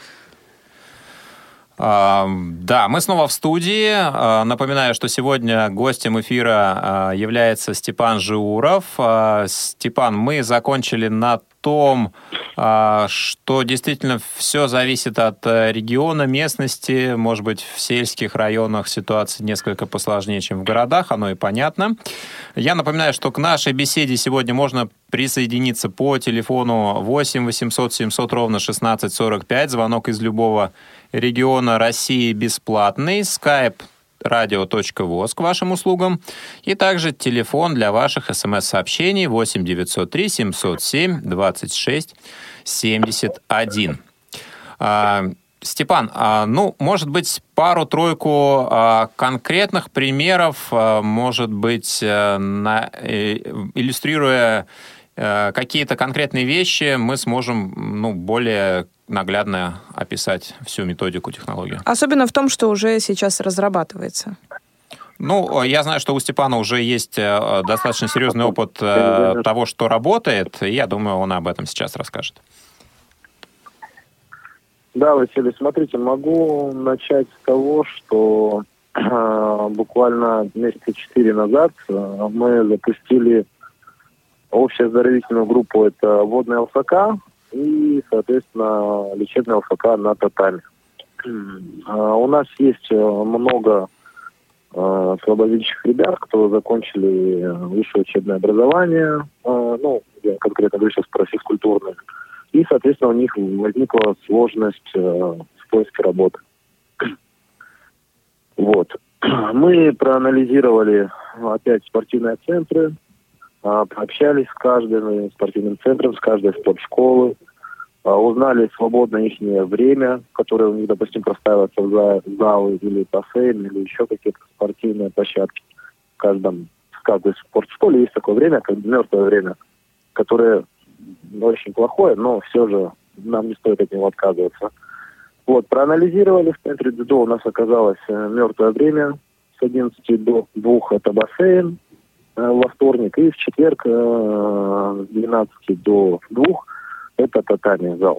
А, да, мы снова в студии. А, напоминаю, что сегодня гостем эфира а, является Степан Жиуров. А, Степан, мы закончили на том, а, что действительно все зависит от региона, местности. Может быть, в сельских районах ситуация несколько посложнее, чем в городах, оно и понятно. Я напоминаю, что к нашей беседе сегодня можно присоединиться по телефону восемь восемьсот семьсот ровно шестнадцать сорок пять. Звонок из любого региона России бесплатный. Skype радио точка воз к вашим услугам. И также телефон для ваших смс-сообщений восемь девятьсот три семьсот семь двадцать шесть семьдесят один. А, Степан, а, ну, может быть, пару-тройку а, конкретных примеров, а, может быть, а, на, э, иллюстрируя а, какие-то конкретные вещи, мы сможем, ну, более наглядно описать всю методику технологии. Особенно в том, что уже сейчас разрабатывается. Ну, я знаю, что у Степана уже есть достаточно серьезный опыт того, что работает, и я думаю, он об этом сейчас расскажет. Да, Василий, смотрите, могу начать с того, что э, буквально месяца четыре назад э, мы запустили общеоздоровительную группу, это водная ЛФК и, соответственно, лечебная ЛФК на татами. Э, у нас есть много э, слабовидящих ребят, кто закончили высшее учебное образование, э, ну, я конкретно говорю сейчас про физкультурное. И, соответственно, у них возникла сложность э, в поиске работы. Вот. Мы проанализировали опять спортивные центры, э, пообщались с каждым спортивным центром, с каждой спортшколы, э, узнали свободное их время, которое у них, допустим, простаивается в залы или бассейн, или еще какие-то спортивные площадки. В каждом, в каждой спортшколе есть такое время, как мертвое время, которое очень плохое, но все же нам не стоит от него отказываться. Вот, проанализировали, в центре дзюдо у нас оказалось э, мертвое время с одиннадцати до двух, это бассейн э, во вторник, и в четверг э, с двенадцати до двух это татами зал.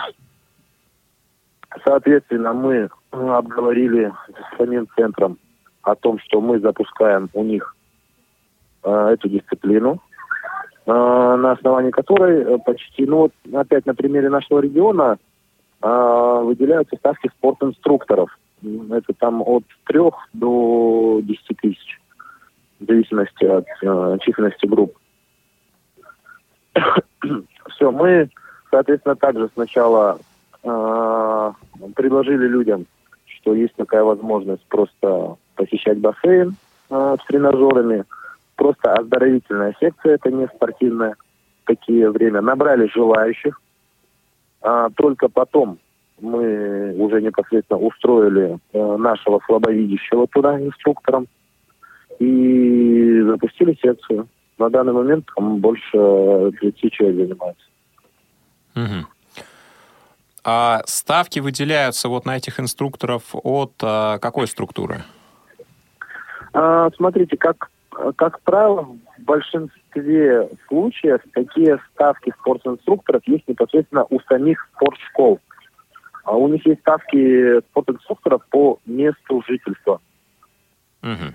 Соответственно, мы обговорили с самим центром о том, что мы запускаем у них э, эту дисциплину, на основании которой почти, ну вот опять на примере нашего региона выделяются ставки спортинструкторов. Это там от трех до десяти тысяч, в зависимости от э, численности групп. Все, мы, соответственно, также сначала э, предложили людям, что есть такая возможность просто посещать бассейн э, с тренажерами. Просто оздоровительная секция, это не спортивная, такие время. Набрали желающих. А, только потом мы уже непосредственно устроили а, нашего слабовидящего туда инструктором и запустили секцию. На данный момент там больше тридцать человек занимается. Угу. А ставки выделяются вот на этих инструкторов от а, какой структуры? А, смотрите, как Как правило, в большинстве случаев такие ставки спортинструкторов есть непосредственно у самих спортшкол. А у них есть ставки спортинструкторов по месту жительства. Угу.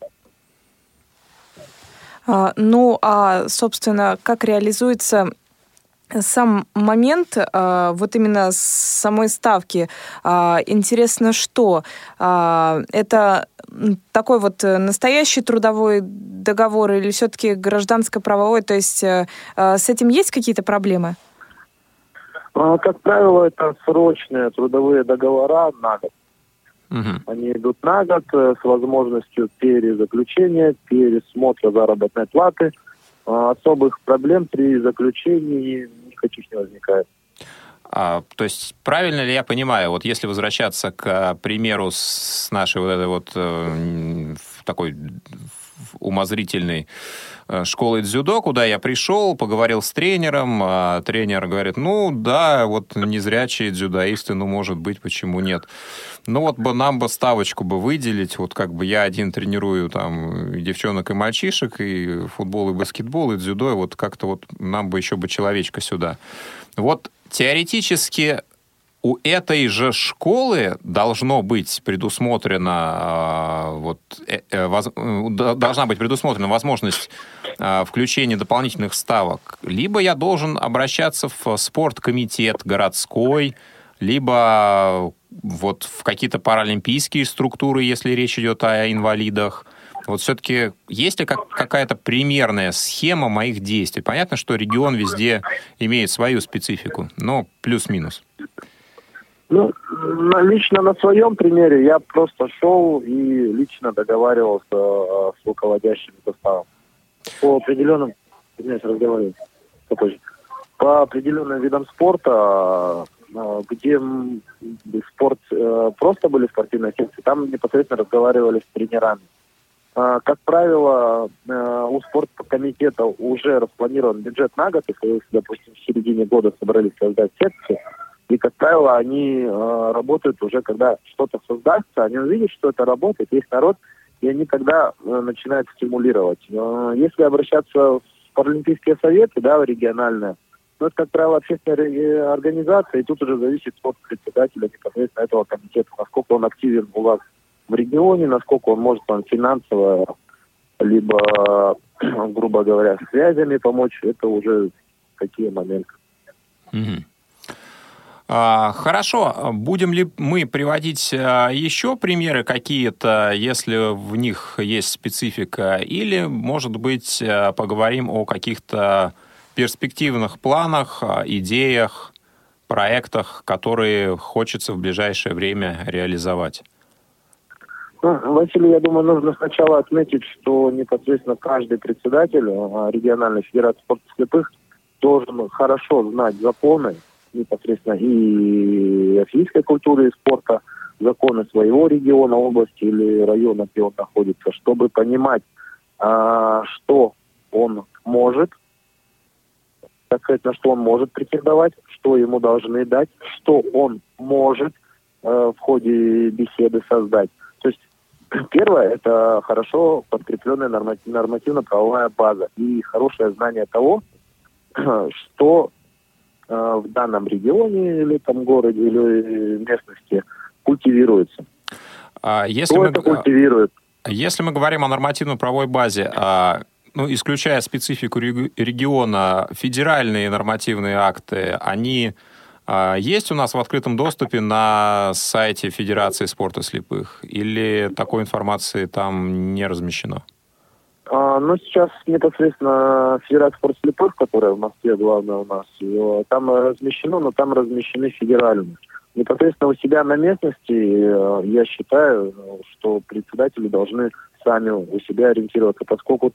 А, ну, а, собственно, как реализуется сам момент а, вот именно с самой ставки? А, интересно, что а, это такой вот настоящий трудовой договор или все-таки гражданско-правовой? То есть а, с этим есть какие-то проблемы? А, как правило, это срочные трудовые договора на год. Угу. Они идут на год с возможностью перезаключения, пересмотра заработной платы. А, особых проблем при заключении никаких не возникает. А, то есть правильно ли я понимаю, вот если возвращаться к примеру с нашей вот этой вот э, такой умозрительной школы дзюдо, куда я пришел, поговорил с тренером, а тренер говорит, ну да, вот незрячие дзюдоисты, ну может быть, почему нет. Ну вот бы нам бы ставочку бы выделить, вот как бы я один тренирую там и девчонок, и мальчишек, и футбол, и баскетбол, и дзюдо, и вот как-то вот нам бы еще бы человечка сюда. Вот теоретически у этой же школы должно быть предусмотрена вот, э, воз, должна быть предусмотрена возможность э, включения дополнительных ставок. Либо я должен обращаться в спорткомитет городской, либо вот в какие-то паралимпийские структуры, если речь идет о инвалидах. Вот все-таки есть ли как, какая-то примерная схема моих действий? Понятно, что регион везде имеет свою специфику, но плюс-минус. Ну, лично на своем примере я просто шел и лично договаривался с руководящим составом. По определенным, извиняюсь, разговариваю попозже, по определенным видам спорта, где спорт просто были спортивные секции, там непосредственно разговаривали с тренерами. Как правило, у спорткомитета уже распланирован бюджет на год, если, допустим, в середине года собрались создать секцию, и, как правило, они э, работают уже, когда что-то создастся, они увидят, что это работает, есть народ, и они тогда э, начинают стимулировать. Э, если обращаться в паралимпийские советы, да, региональные, ну, это, как правило, общественная организация, и тут уже зависит от председателя непосредственно этого комитета, насколько он активен у вас в регионе, насколько он может вам финансово, либо, грубо говоря, связями помочь, это уже такие моменты. Mm-hmm. Хорошо. Будем ли мы приводить еще примеры какие-то, если в них есть специфика, или, может быть, поговорим о каких-то перспективных планах, идеях, проектах, которые хочется в ближайшее время реализовать? Ну, Василий, я думаю, нужно сначала отметить, что непосредственно каждый председатель региональной федерации спорта слепых должен хорошо знать законы, непосредственно и физической культуры и спорта, законы своего региона, области или района, где он находится, чтобы понимать, а, что он может, так сказать, на что он может претендовать, что ему должны дать, что он может а, в ходе беседы создать. То есть первое – это хорошо подкрепленная нормативно-правовая база и хорошее знание того, что в данном регионе или там городе или местности культивируется. А если Кто мы, это культивирует? Если мы говорим о нормативно-правовой базе, ну, исключая специфику региона, федеральные нормативные акты, они есть у нас в открытом доступе на сайте Федерации спорта слепых? Или такой информации там не размещено? А, ну, сейчас непосредственно Федерация спорта слепых, которая в Москве главная у нас, ее, там размещено, но там размещены федеральные. Непосредственно у себя на местности я считаю, что председатели должны сами у себя ориентироваться, поскольку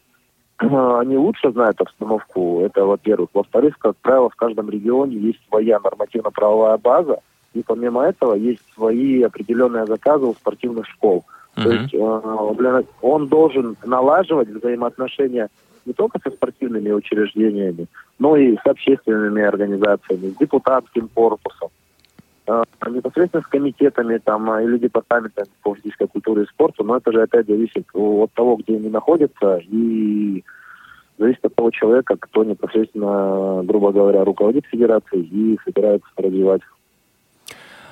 они лучше знают обстановку, это во-первых. Во-вторых, как правило, в каждом регионе есть своя нормативно-правовая база, и помимо этого есть свои определенные заказы у спортивных школ. Uh-huh. То есть э, он должен налаживать взаимоотношения не только со спортивными учреждениями, но и с общественными организациями, с депутатским корпусом, э, непосредственно с комитетами там, или департаментами по физической культуре и спорту. Но это же опять зависит от того, где они находятся, и зависит от того человека, кто непосредственно, грубо говоря, руководит федерацией и собирается развивать.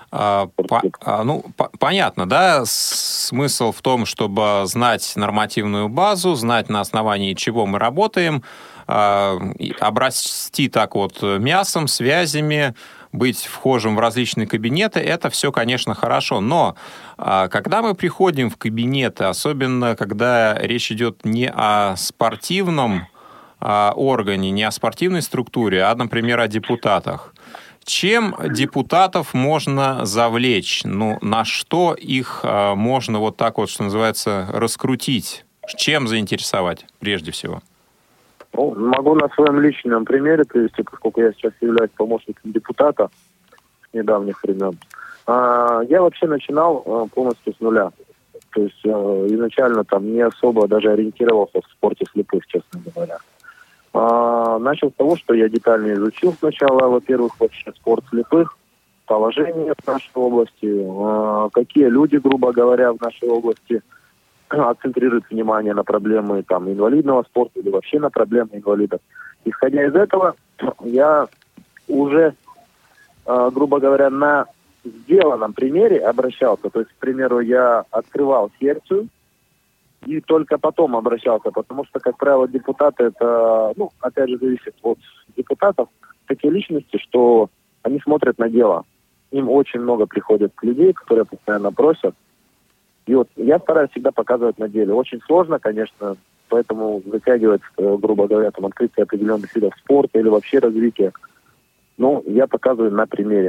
А, по, а, ну, по, понятно, да, смысл в том, чтобы знать нормативную базу, знать, на основании чего мы работаем, а, обрасти так вот мясом, связями, быть вхожим в различные кабинеты, это все, конечно, хорошо. Но а, когда мы приходим в кабинеты, особенно когда речь идет не о спортивном а, органе, не о спортивной структуре, а, например, о депутатах, чем депутатов можно завлечь? Ну, на что их а, можно вот так вот, что называется, раскрутить? Чем заинтересовать прежде всего? Ну, могу на своем личном примере привести, поскольку я сейчас являюсь помощником депутата с недавних времен. А, я вообще начинал а, полностью с нуля. То есть а, изначально там не особо даже ориентировался в спорте слепых, честно говоря. А, начал с того, что я детально изучил сначала, во-первых, вообще спорт слепых, положение в нашей области, а, какие люди, грубо говоря, в нашей области акцентрируют внимание на проблемы там, инвалидного спорта или вообще на проблемы инвалидов. Исходя из этого, я уже, э, грубо говоря, на сделанном примере обращался. То есть, к примеру, я открывал секцию и только потом обращался, потому что, как правило, депутаты, это, ну, опять же, зависит от депутатов, такие личности, что они смотрят на дело. Им очень много приходит людей, которые постоянно просят. И вот я стараюсь всегда показывать на деле. Очень сложно, конечно, поэтому затягивать, грубо говоря, там, открытие определенных видов спорта или вообще развитие. Но я показываю на примере.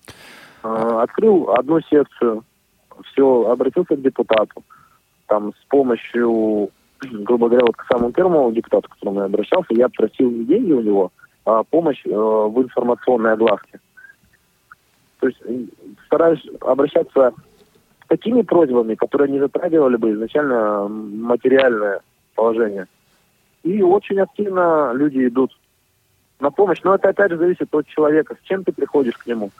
Открыл одну секцию, все, обратился к депутату. Там с помощью, грубо говоря, вот к самому первому депутату, к которому я обращался, я просил не деньги у него, а помощь э, в информационной огласке. То есть стараюсь обращаться такими просьбами, которые не затрагивали бы изначально материальное положение. И очень активно люди идут на помощь. Но это опять же зависит от человека, с чем ты приходишь к нему.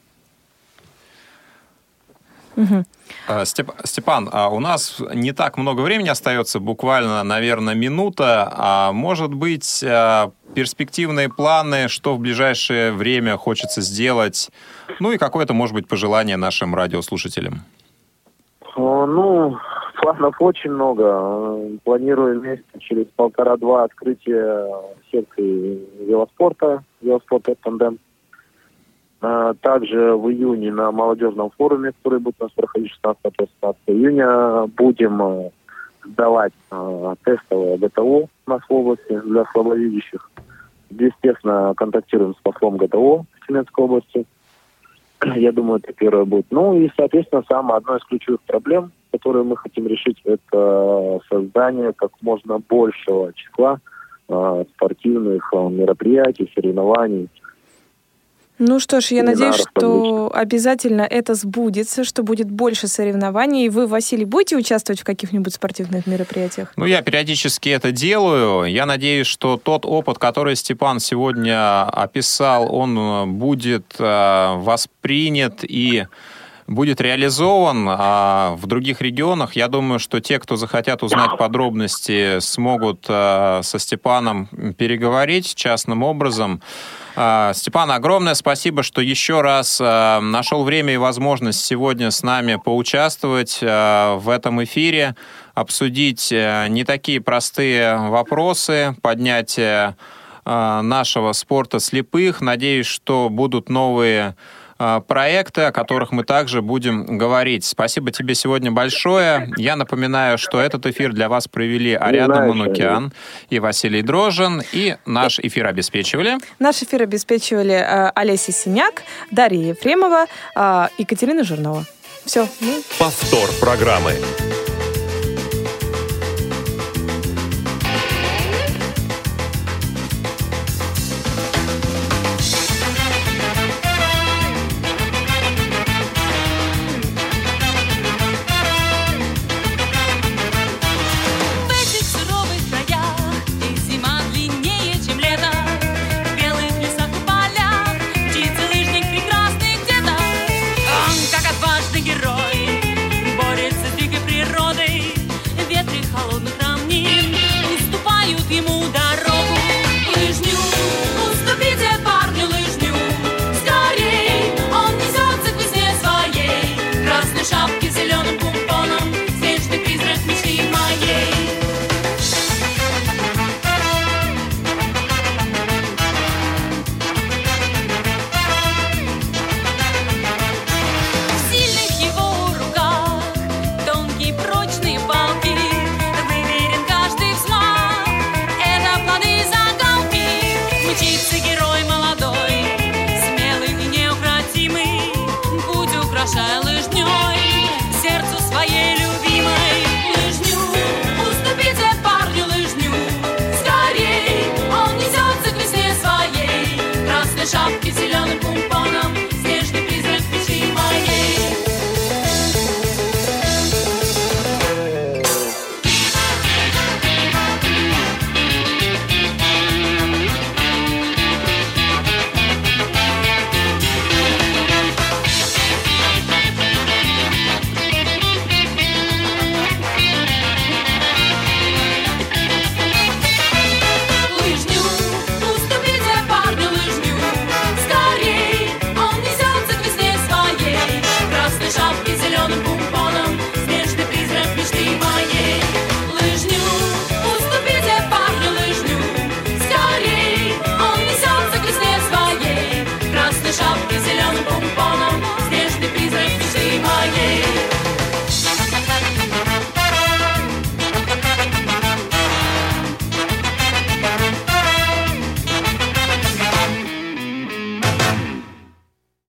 Угу. Степ, Степан, а у нас не так много времени остается, буквально, наверное, минута. А может быть, перспективные планы, что в ближайшее время хочется сделать? Ну и какое-то, может быть, пожелание нашим радиослушателям? Ну, планов очень много. Планирую месяца через полтора-два открытие секции велоспорта, велоспорт тандем. Также в июне на молодежном форуме, который будет у нас проходить шестнадцатого-шестнадцатого июня, будем сдавать тестовое ГТО у нас в области для слабовидящих. Естественно, контактируем с послом ГТО в Тюменской области. Я думаю, это первое будет. Ну и, соответственно, самое одно из ключевых проблем, которые мы хотим решить, это создание как можно большего числа э, спортивных э, мероприятий, соревнований. Ну что ж, я надеюсь, что обязательно это сбудется, что будет больше соревнований. И вы, Василий, будете участвовать в каких-нибудь спортивных мероприятиях? Ну, я периодически это делаю. Я надеюсь, что тот опыт, который Степан сегодня описал, он будет э, воспринят и будет реализован а в других регионах. Я думаю, что те, кто захотят узнать подробности, смогут а, со Степаном переговорить частным образом. А, Степан, огромное спасибо, что еще раз а, нашел время и возможность сегодня с нами поучаствовать а, в этом эфире, обсудить а, не такие простые вопросы, поднятие а, нашего спорта слепых. Надеюсь, что будут новые проекты, о которых мы также будем говорить. Спасибо тебе сегодня большое. Я напоминаю, что этот эфир для вас провели Ариадна Манукян и Василий Дрожжин, и наш эфир обеспечивали... Наш эфир обеспечивали э, Олеся Синяк, Дарья Ефремова, э, Екатерина Жирнова. Все. Ну. Повтор программы. Герой борется с дикой природой. the shop.